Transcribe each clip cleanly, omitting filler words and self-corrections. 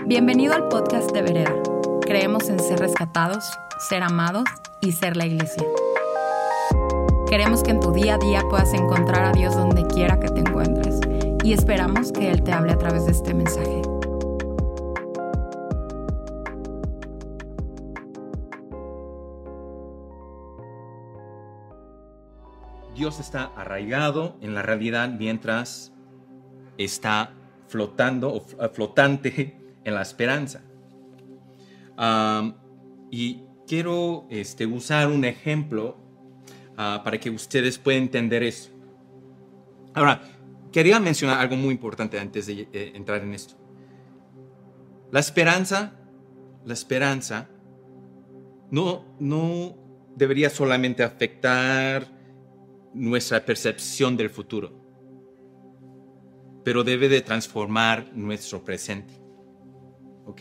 Bienvenido al podcast de Vereda. Creemos en ser rescatados, ser amados y ser la iglesia. Queremos que en tu día a día puedas encontrar a Dios donde quiera que te encuentres y esperamos que Él te hable a través de este mensaje. Dios está arraigado en la realidad mientras está flotando o flotante en la esperanza. Y quiero usar un ejemplo para que ustedes puedan entender eso. Ahora, quería mencionar algo muy importante antes de entrar en esto. La esperanza no debería solamente afectar nuestra percepción del futuro, pero debe de transformar nuestro presente. ¿Ok?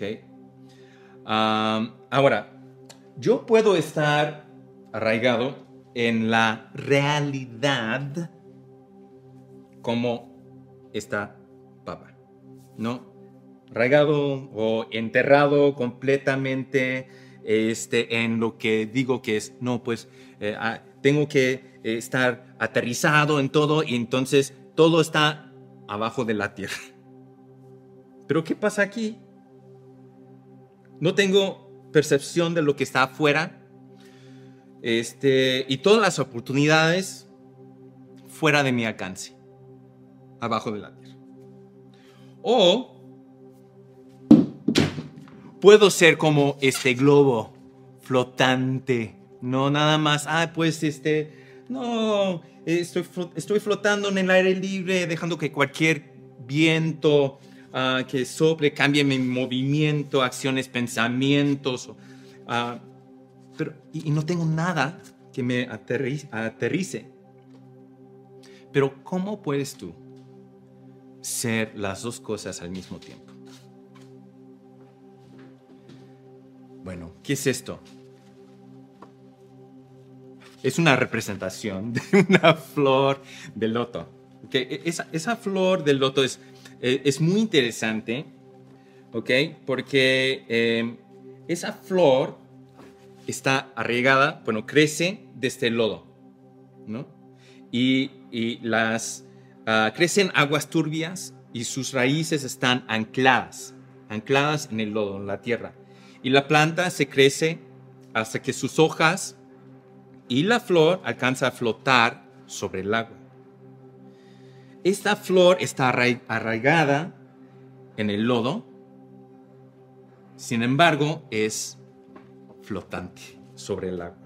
Ahora, yo puedo estar arraigado en la realidad como está papá, ¿no? Arraigado o enterrado completamente en lo que digo que es, no, pues tengo que estar aterrizado en todo y entonces todo está abajo de la tierra. Pero ¿qué pasa aquí? No tengo percepción de lo que está afuera y todas las oportunidades fuera de mi alcance, abajo de la tierra. O puedo ser como este globo flotante, no nada más, no, estoy flotando en el aire libre, dejando que cualquier viento que sople cambie mi movimiento, acciones, pensamientos, pero no tengo nada que me aterrice. Pero ¿cómo puedes tú ser las dos cosas al mismo tiempo? Bueno, ¿qué es esto? Es una representación de una flor de loto. ¿Okay? Esa flor de loto es muy interesante, ¿okay? Porque esa flor está arraigada, crece desde el lodo, ¿no? Y crecen aguas turbias y sus raíces están ancladas en el lodo, en la tierra. Y la planta se crece hasta que sus hojas y la flor alcanza a flotar sobre el agua. Esta flor está arraigada en el lodo, sin embargo, es flotante sobre el agua.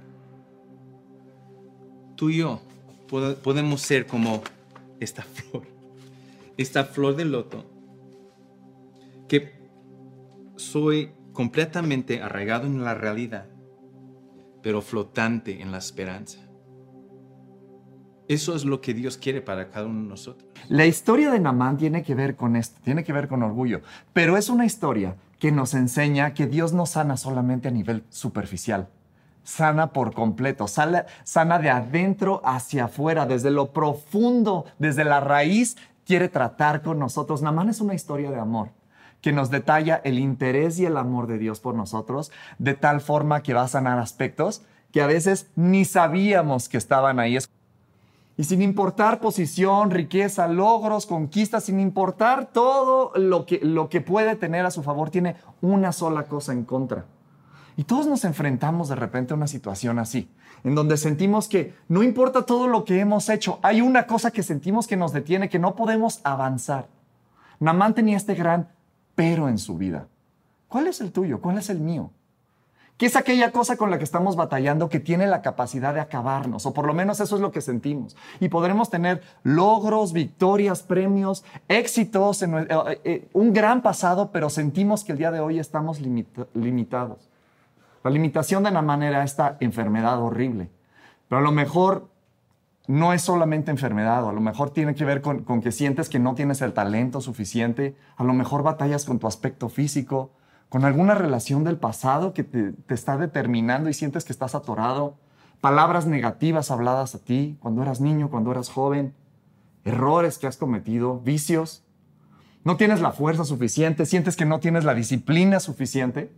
Tú y yo podemos ser como esta flor de loto, que soy completamente arraigado en la realidad, pero flotante en la esperanza. Eso es lo que Dios quiere para cada uno de nosotros. La historia de Naamán tiene que ver con esto, tiene que ver con orgullo, pero es una historia que nos enseña que Dios no sana solamente a nivel superficial, sana por completo, sana de adentro hacia afuera, desde lo profundo, desde la raíz, quiere tratar con nosotros. Naamán es una historia de amor que nos detalla el interés y el amor de Dios por nosotros, de tal forma que va a sanar aspectos que a veces ni sabíamos que estaban ahí. Y sin importar posición, riqueza, logros, conquistas, sin importar todo lo que puede tener a su favor, tiene una sola cosa en contra. Y todos nos enfrentamos de repente a una situación así, en donde sentimos que no importa todo lo que hemos hecho, hay una cosa que sentimos que nos detiene, que no podemos avanzar. Naamán tenía este gran pero en su vida. ¿Cuál es el tuyo? ¿Cuál es el mío? ¿Qué es aquella cosa con la que estamos batallando que tiene la capacidad de acabarnos? O por lo menos eso es lo que sentimos. Y podremos tener logros, victorias, premios, éxitos, un gran pasado, pero sentimos que el día de hoy estamos limitados. La limitación de Naamán era esta enfermedad horrible. Pero a lo mejor no es solamente enfermedad, a lo mejor tiene que ver con que sientes que no tienes el talento suficiente, a lo mejor batallas con tu aspecto físico, con alguna relación del pasado que te está determinando y sientes que estás atorado, palabras negativas habladas a ti cuando eras niño, cuando eras joven, errores que has cometido, vicios. ¿No tienes la fuerza suficiente? ¿Sientes que no tienes la disciplina suficiente?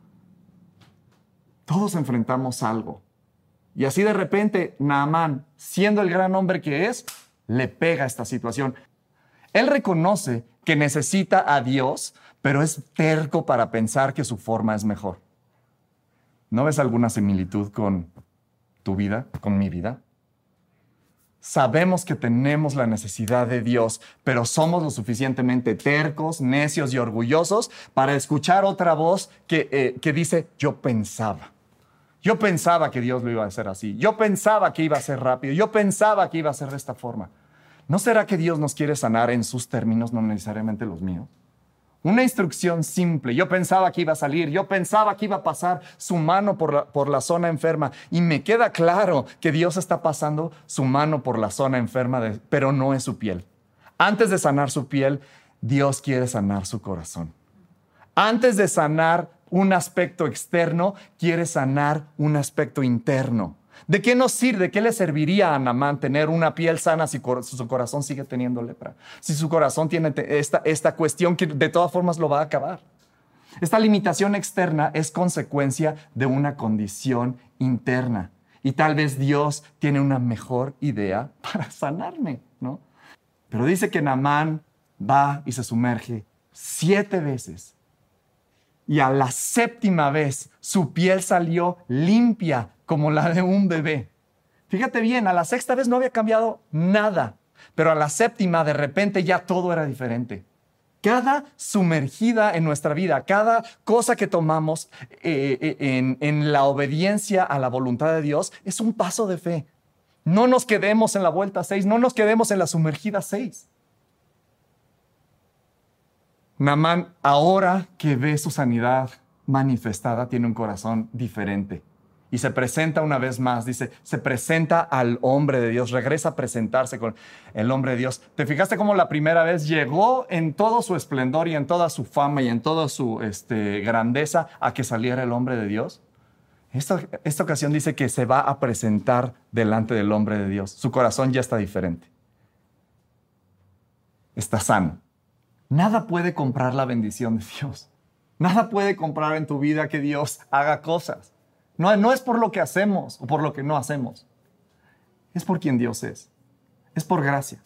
Todos enfrentamos algo. Y así de repente, Naamán, siendo el gran hombre que es, le pega esta situación. Él reconoce que necesita a Dios, pero es terco para pensar que su forma es mejor. ¿No ves alguna similitud con tu vida, con mi vida? Sabemos que tenemos la necesidad de Dios, pero somos lo suficientemente tercos, necios y orgullosos para escuchar otra voz que dice, yo pensaba que Dios lo iba a hacer así, yo pensaba que iba a ser rápido, yo pensaba que iba a ser de esta forma. ¿No será que Dios nos quiere sanar en sus términos, no necesariamente los míos? Una instrucción simple. Yo pensaba que iba a salir, yo pensaba que iba a pasar su mano por la zona enferma y me queda claro que Dios está pasando su mano por la zona enferma, pero no es su piel. Antes de sanar su piel, Dios quiere sanar su corazón. Antes de sanar un aspecto externo, quiere sanar un aspecto interno. ¿De qué nos sirve? ¿De qué le serviría a Naamán tener una piel sana si su corazón sigue teniendo lepra? Si su corazón tiene esta cuestión que de todas formas lo va a acabar. Esta limitación externa es consecuencia de una condición interna. Y tal vez Dios tiene una mejor idea para sanarme, ¿no? Pero dice que Naamán va y se sumerge 7 veces. Y a la 7ª vez su piel salió limpia como la de un bebé. Fíjate bien, a la 6ª vez no había cambiado nada, pero a la 7ª de repente ya todo era diferente. Cada sumergida en nuestra vida, cada cosa que tomamos en la obediencia a la voluntad de Dios es un paso de fe. No nos quedemos en la vuelta 6, no nos quedemos en la sumergida 6. Naamán, ahora que ve su sanidad manifestada, tiene un corazón diferente. Y se presenta una vez más, dice, se presenta al hombre de Dios, regresa a presentarse con el hombre de Dios. ¿Te fijaste cómo la primera vez llegó en todo su esplendor y en toda su fama y en toda su grandeza a que saliera el hombre de Dios? Esta ocasión dice que se va a presentar delante del hombre de Dios. Su corazón ya está diferente. Está sano. Nada puede comprar la bendición de Dios. Nada puede comprar en tu vida que Dios haga cosas. No es por lo que hacemos o por lo que no hacemos. Es por quien Dios es. Es por gracia.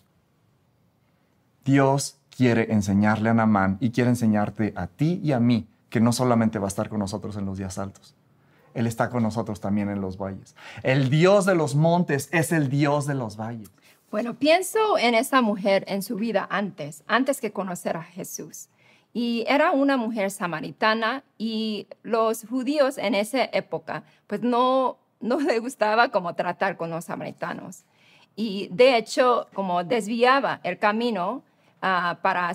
Dios quiere enseñarle a Naamán y quiere enseñarte a ti y a mí que no solamente va a estar con nosotros en los días altos. Él está con nosotros también en los valles. El Dios de los montes es el Dios de los valles. Bueno, pienso en esa mujer en su vida antes que conocer a Jesús. Y era una mujer samaritana y los judíos en esa época pues no les gustaba como tratar con los samaritanos. Y de hecho como desviaba el camino para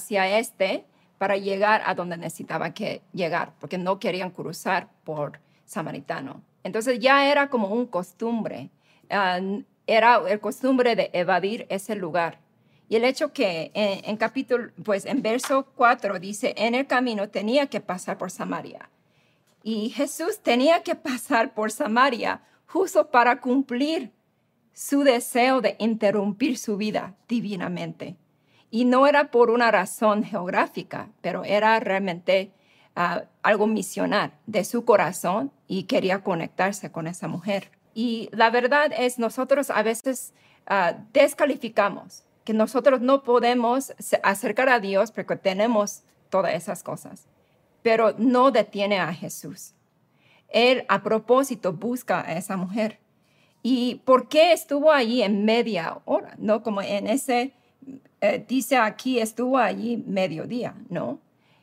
llegar a donde necesitaba que llegar, porque no querían cruzar por samaritano. Entonces ya era como un costumbre. Era el costumbre de evadir ese lugar. Y el hecho que en verso 4 dice, en el camino tenía que pasar por Samaria. Y Jesús tenía que pasar por Samaria justo para cumplir su deseo de interrumpir su vida divinamente. Y no era por una razón geográfica, pero era realmente algo misional de su corazón y quería conectarse con esa mujer. Y la verdad es, nosotros a veces descalificamos que nosotros no podemos acercar a Dios porque tenemos todas esas cosas, pero no detiene a Jesús. Él a propósito busca a esa mujer. ¿Y por qué estuvo allí en media hora? ¿No? Como en dice aquí, estuvo allí mediodía, ¿no?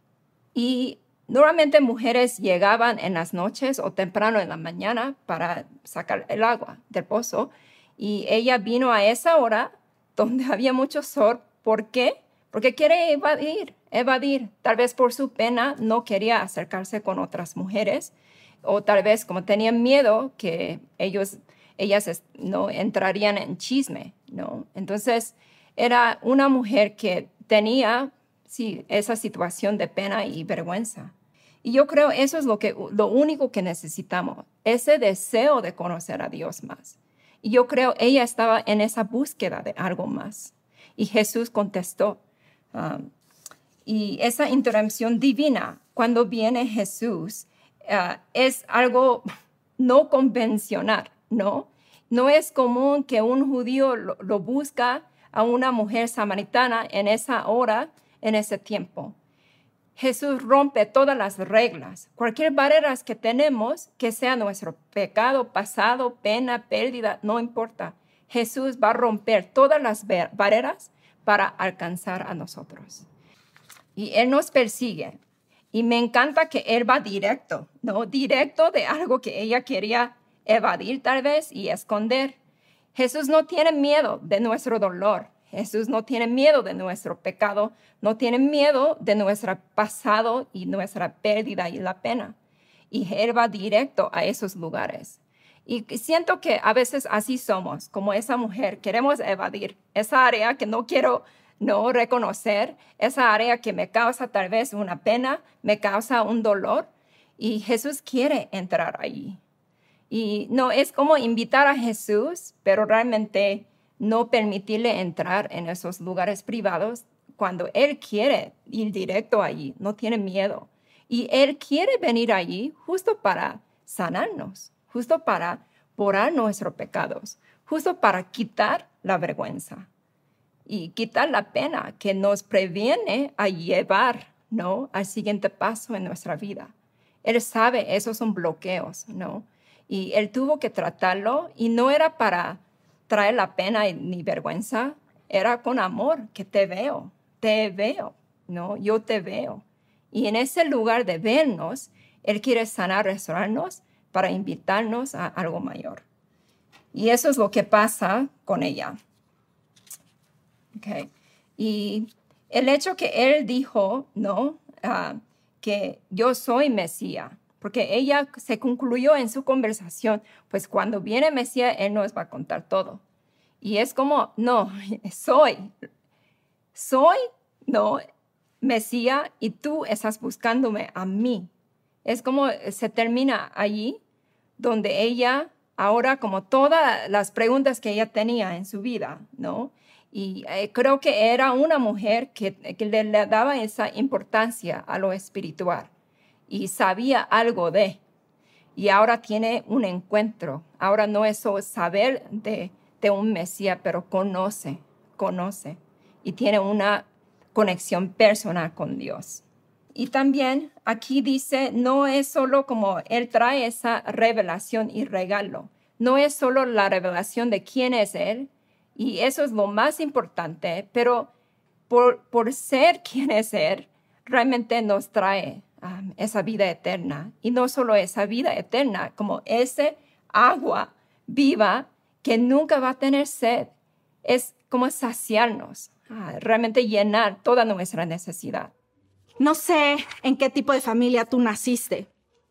Y normalmente mujeres llegaban en las noches o temprano en la mañana para sacar el agua del pozo. Y ella vino a esa hora donde había mucho sol. ¿Por qué? Porque quiere evadir. Tal vez por su pena no quería acercarse con otras mujeres. O tal vez como tenían miedo que ellas no entrarían en chisme, ¿no? Entonces era una mujer que tenía esa situación de pena y vergüenza. Y yo creo eso es lo único que necesitamos, ese deseo de conocer a Dios más. Y yo creo ella estaba en esa búsqueda de algo más. Y Jesús contestó. Y esa intervención divina, cuando viene Jesús, es algo no convencional, ¿no? No es común que un judío lo busca a una mujer samaritana en esa hora, en ese tiempo. Jesús rompe todas las reglas. Cualquier barrera que tenemos, que sea nuestro pecado pasado, pena, pérdida, no importa. Jesús va a romper todas las barreras para alcanzar a nosotros. Y Él nos persigue. Y me encanta que Él va directo, ¿no? Directo de algo que ella quería evadir tal vez y esconder. Jesús no tiene miedo de nuestro dolor. Jesús no tiene miedo de nuestro pecado, no tiene miedo de nuestro pasado y nuestra pérdida y la pena. Y Él va directo a esos lugares. Y siento que a veces así somos, como esa mujer. Queremos evadir esa área que no quiero no reconocer, esa área que me causa tal vez una pena, me causa un dolor. Y Jesús quiere entrar allí. Y no es como invitar a Jesús, pero realmente no permitirle entrar en esos lugares privados cuando Él quiere ir directo allí, no tiene miedo. Y Él quiere venir allí justo para sanarnos, justo para borrar nuestros pecados, justo para quitar la vergüenza y quitar la pena que nos previene a llevar, ¿no?, al siguiente paso en nuestra vida. Él sabe, esos son bloqueos, ¿no? Y Él tuvo que tratarlo y no era para traer la pena ni vergüenza, era con amor, que te veo, ¿no? Yo te veo. Y en ese lugar de vernos, Él quiere sanar, restaurarnos para invitarnos a algo mayor. Y eso es lo que pasa con ella. Okay. Y el hecho que Él dijo, ¿no?, que yo soy Mesías, porque ella se concluyó en su conversación, pues cuando viene Mesías, Él nos va a contar todo. Y es como, no, soy, no, Mesías, y tú estás buscándome a mí. Es como se termina allí, donde ella, ahora como todas las preguntas que ella tenía en su vida, ¿no? Y creo que era una mujer que le daba esa importancia a lo espiritual. Y sabía algo de, y ahora tiene un encuentro. Ahora no es solo saber de un Mesías, pero conoce, y tiene una conexión personal con Dios. Y también aquí dice, no es solo como Él trae esa revelación y regalo, no es solo la revelación de quién es Él, y eso es lo más importante, pero por ser quien es Él, realmente nos trae esa vida eterna. Y no solo esa vida eterna, como ese agua viva que nunca va a tener sed. Es como saciarnos, realmente llenar toda nuestra necesidad. No sé en qué tipo de familia tú naciste.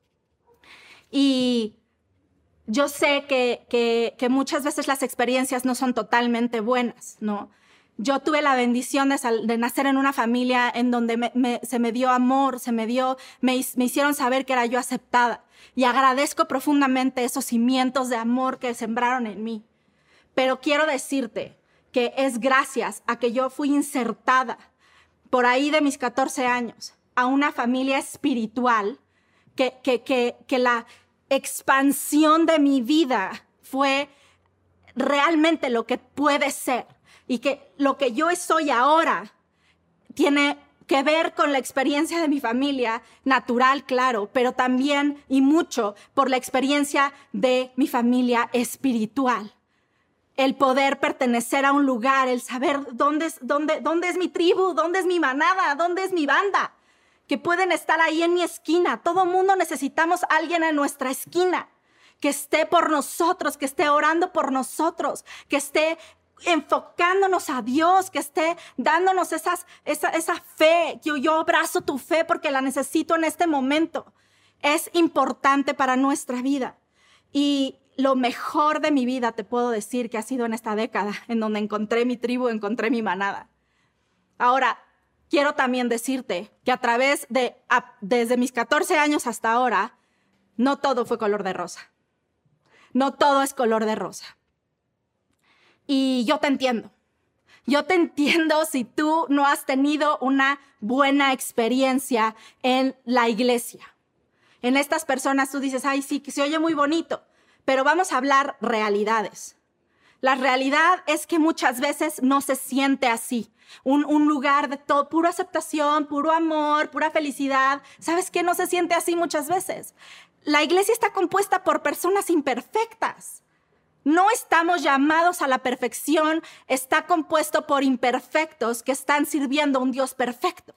Y yo sé que muchas veces las experiencias no son totalmente buenas, ¿no? Yo tuve la bendición de nacer en una familia en donde se me dio amor, me hicieron saber que era yo aceptada. Y agradezco profundamente esos cimientos de amor que sembraron en mí. Pero quiero decirte que es gracias a que yo fui insertada por ahí de mis 14 años a una familia espiritual que la expansión de mi vida fue realmente lo que puede ser. Y que lo que yo soy ahora tiene que ver con la experiencia de mi familia natural, claro, pero también y mucho por la experiencia de mi familia espiritual. El poder pertenecer a un lugar, el saber dónde es mi tribu, dónde es mi manada, dónde es mi banda, que pueden estar ahí en mi esquina. Todo mundo necesitamos a alguien en nuestra esquina que esté por nosotros, que esté orando por nosotros, que esté enfocándonos a Dios, que esté dándonos esa fe. Yo abrazo tu fe porque la necesito en este momento. Es importante para nuestra vida. Y lo mejor de mi vida te puedo decir que ha sido en esta década, en donde encontré mi tribu, encontré mi manada. Ahora, quiero también decirte que desde mis 14 años hasta ahora, no todo fue color de rosa. No todo es color de rosa. Y yo te entiendo. Yo te entiendo si tú no has tenido una buena experiencia en la iglesia. En estas personas tú dices, ay, sí, que se oye muy bonito, pero vamos a hablar realidades. La realidad es que muchas veces no se siente así. Un lugar de todo, pura aceptación, puro amor, pura felicidad. ¿Sabes qué? No se siente así muchas veces. La iglesia está compuesta por personas imperfectas. No estamos llamados a la perfección, está compuesto por imperfectos que están sirviendo a un Dios perfecto.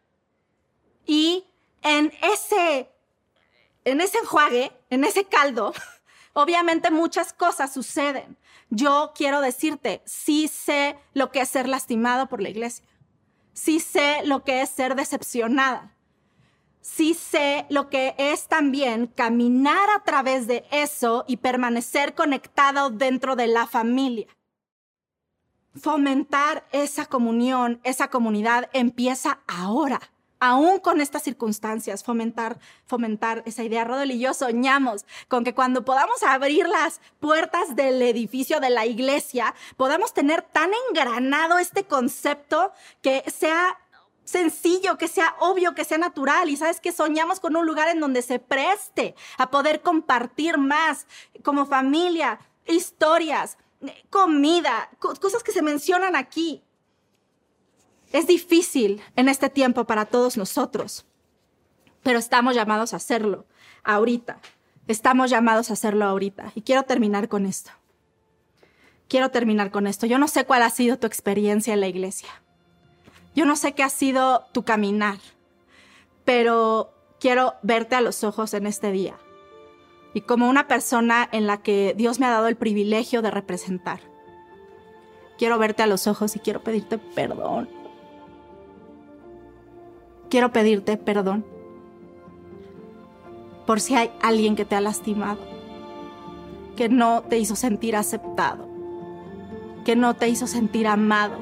Y en ese enjuague, en ese caldo, obviamente muchas cosas suceden. Yo quiero decirte, sí sé lo que es ser lastimado por la iglesia. Sí sé lo que es ser decepcionada. Sí sé lo que es también caminar a través de eso y permanecer conectado dentro de la familia. Fomentar esa comunión, esa comunidad empieza ahora. Aún con estas circunstancias, fomentar esa idea. Rodel y yo soñamos con que cuando podamos abrir las puertas del edificio de la iglesia, podamos tener tan engranado este concepto que sea sencillo, que sea obvio, que sea natural. Y sabes que soñamos con un lugar en donde se preste a poder compartir más como familia, historias, comida, cosas que se mencionan aquí. Es difícil en este tiempo para todos nosotros, pero estamos llamados a hacerlo ahorita. Estamos llamados a hacerlo ahorita. Y quiero terminar con esto. Yo no sé cuál ha sido tu experiencia en la iglesia. Yo no sé qué ha sido tu caminar, pero quiero verte a los ojos en este día. Y como una persona en la que Dios me ha dado el privilegio de representar, quiero verte a los ojos y quiero pedirte perdón. Quiero pedirte perdón por si hay alguien que te ha lastimado, que no te hizo sentir aceptado, que no te hizo sentir amado.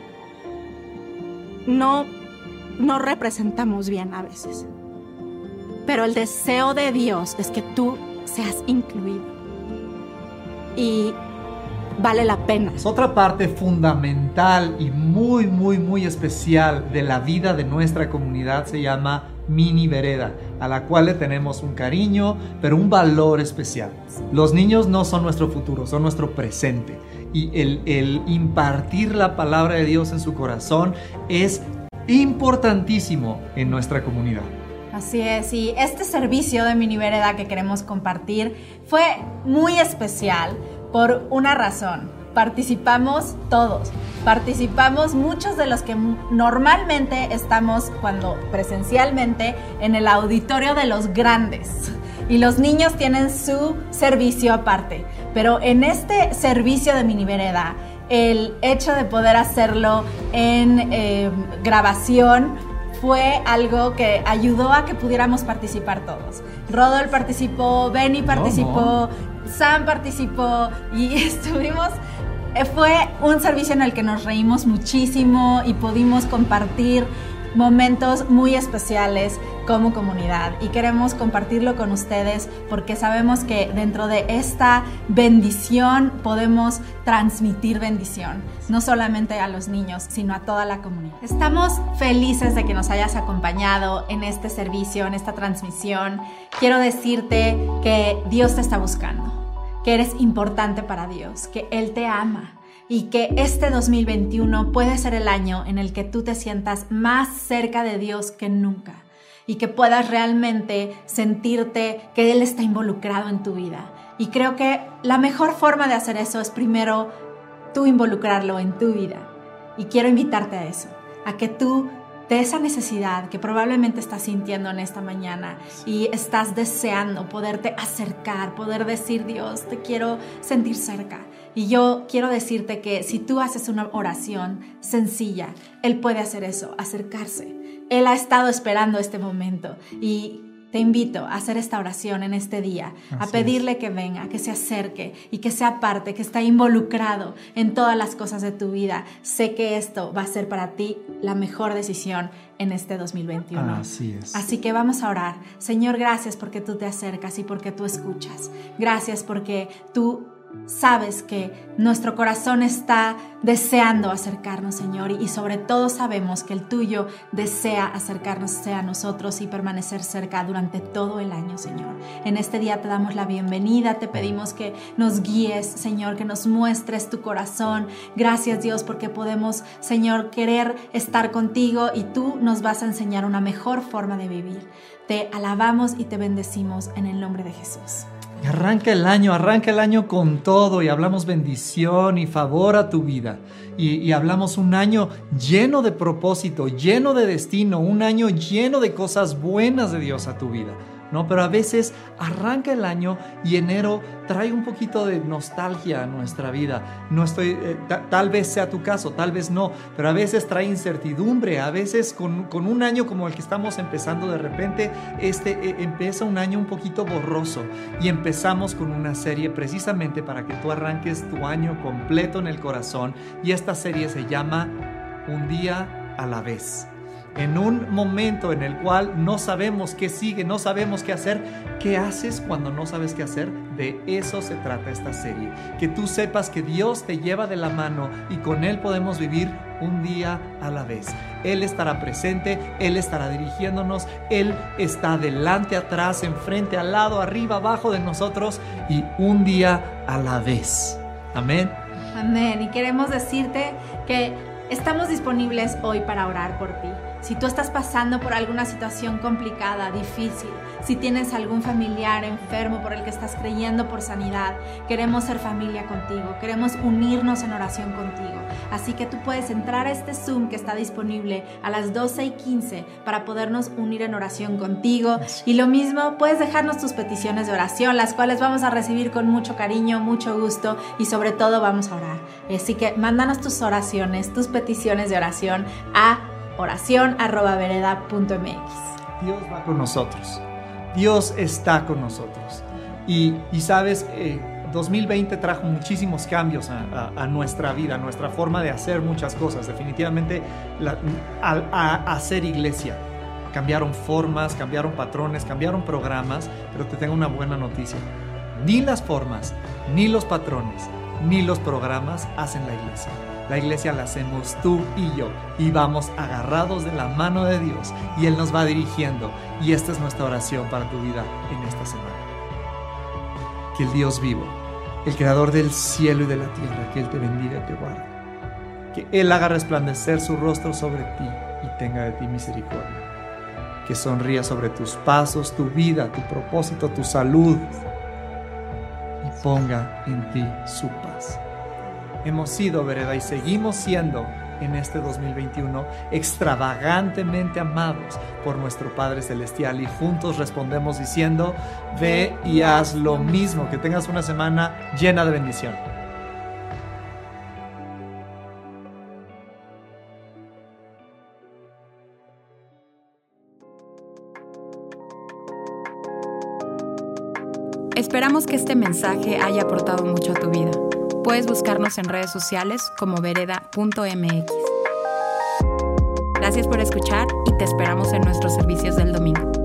No representamos bien a veces, pero el deseo de Dios es que tú seas incluido y vale la pena. Otra parte fundamental y muy, muy, muy especial de la vida de nuestra comunidad se llama Mini Vereda, a la cual le tenemos un cariño, pero un valor especial. Los niños no son nuestro futuro, son nuestro presente. Y el impartir la palabra de Dios en su corazón es importantísimo en nuestra comunidad. Así es, y este servicio de Mini Vereda que queremos compartir fue muy especial por una razón. Participamos todos, participamos muchos de los que normalmente estamos presencialmente en el auditorio de los grandes. Y los niños tienen su servicio aparte. Pero en este servicio de Mini Vereda, el hecho de poder hacerlo en grabación fue algo que ayudó a que pudiéramos participar todos. Rodol participó, Benny participó, Sam participó y estuvimos... Fue un servicio en el que nos reímos muchísimo y pudimos compartir momentos muy especiales como comunidad, y queremos compartirlo con ustedes porque sabemos que dentro de esta bendición podemos transmitir bendición, no solamente a los niños, sino a toda la comunidad. Estamos felices de que nos hayas acompañado en este servicio, en esta transmisión. Quiero decirte que Dios te está buscando, que eres importante para Dios, que Él te ama, y que este 2021 puede ser el año en el que tú te sientas más cerca de Dios que nunca y que puedas realmente sentirte que Él está involucrado en tu vida. Y creo que la mejor forma de hacer eso es primero tú involucrarlo en tu vida. Y quiero invitarte a eso, a que tú de esa necesidad que probablemente estás sintiendo en esta mañana y estás deseando poderte acercar, poder decir, Dios, te quiero sentir cerca. Y yo quiero decirte que si tú haces una oración sencilla, Él puede hacer eso, acercarse. Él ha estado esperando este momento y te invito a hacer esta oración en este día, a pedirle que venga, que se acerque y que sea parte, que está involucrado en todas las cosas de tu vida. Sé que esto va a ser para ti la mejor decisión en este 2021. Así es. Así que vamos a orar. Señor, gracias porque tú te acercas y porque tú escuchas. Gracias porque tú sabes que nuestro corazón está deseando acercarnos, Señor, y sobre todo sabemos que el tuyo desea acercarnos a nosotros y permanecer cerca durante todo el año, Señor. En este día te damos la bienvenida, te pedimos que nos guíes, Señor, que nos muestres tu corazón. Gracias, Dios, porque podemos, Señor, querer estar contigo y tú nos vas a enseñar una mejor forma de vivir. Te alabamos y te bendecimos en el nombre de Jesús. Y arranca el año con todo y hablamos bendición y favor a tu vida. Y hablamos un año lleno de propósito, lleno de destino, un año lleno de cosas buenas de Dios a tu vida, ¿no? Pero a veces arranca el año y enero trae un poquito de nostalgia a nuestra vida. Tal vez sea tu caso, tal vez no, pero a veces trae incertidumbre. A veces con un año como el que estamos empezando, de repente empieza un año un poquito borroso y empezamos con una serie precisamente para que tú arranques tu año completo en el corazón, y esta serie se llama Un día a la vez. En un momento en el cual no sabemos qué sigue, no sabemos qué hacer. ¿Qué haces cuando no sabes qué hacer? De eso se trata esta serie. Que tú sepas que Dios te lleva de la mano y con Él podemos vivir un día a la vez. Él estará presente, Él estará dirigiéndonos, Él está delante, atrás, enfrente, al lado, arriba, abajo de nosotros, y un día a la vez. Amén. Amén. Y queremos decirte que estamos disponibles hoy para orar por ti. Si tú estás pasando por alguna situación complicada, difícil, si tienes algún familiar enfermo por el que estás creyendo por sanidad, queremos ser familia contigo, queremos unirnos en oración contigo. Así que tú puedes entrar a este Zoom que está disponible a las 12:15 para podernos unir en oración contigo. Y lo mismo, puedes dejarnos tus peticiones de oración, las cuales vamos a recibir con mucho cariño, mucho gusto, y sobre todo vamos a orar. Así que mándanos tus oraciones, tus peticiones de oración a oracion@vereda.mx. Dios va con nosotros. Dios está con nosotros. Y sabes, 2020 trajo muchísimos cambios a nuestra vida, a nuestra forma de hacer muchas cosas. Definitivamente a hacer iglesia. Cambiaron formas, cambiaron patrones, cambiaron programas, pero te tengo una buena noticia. Ni las formas, ni los patrones, ni los programas hacen la iglesia. La iglesia la hacemos tú y yo, y vamos agarrados de la mano de Dios, y Él nos va dirigiendo. Y esta es nuestra oración para tu vida en esta semana. Que el Dios vivo, el creador del cielo y de la tierra, que Él te bendiga y te guarde. Que Él haga resplandecer su rostro sobre ti y tenga de ti misericordia. Que sonría sobre tus pasos, tu vida, tu propósito, tu salud, y ponga en ti su paz. Hemos sido, Vereda, y seguimos siendo en este 2021 extravagantemente amados por nuestro Padre Celestial, y juntos respondemos diciendo: ve y haz lo mismo. Que tengas una semana llena de bendición. Esperamos que este mensaje haya aportado mucho a tu vida. Puedes buscarnos en redes sociales como vereda.mx. Gracias por escuchar y te esperamos en nuestros servicios del domingo.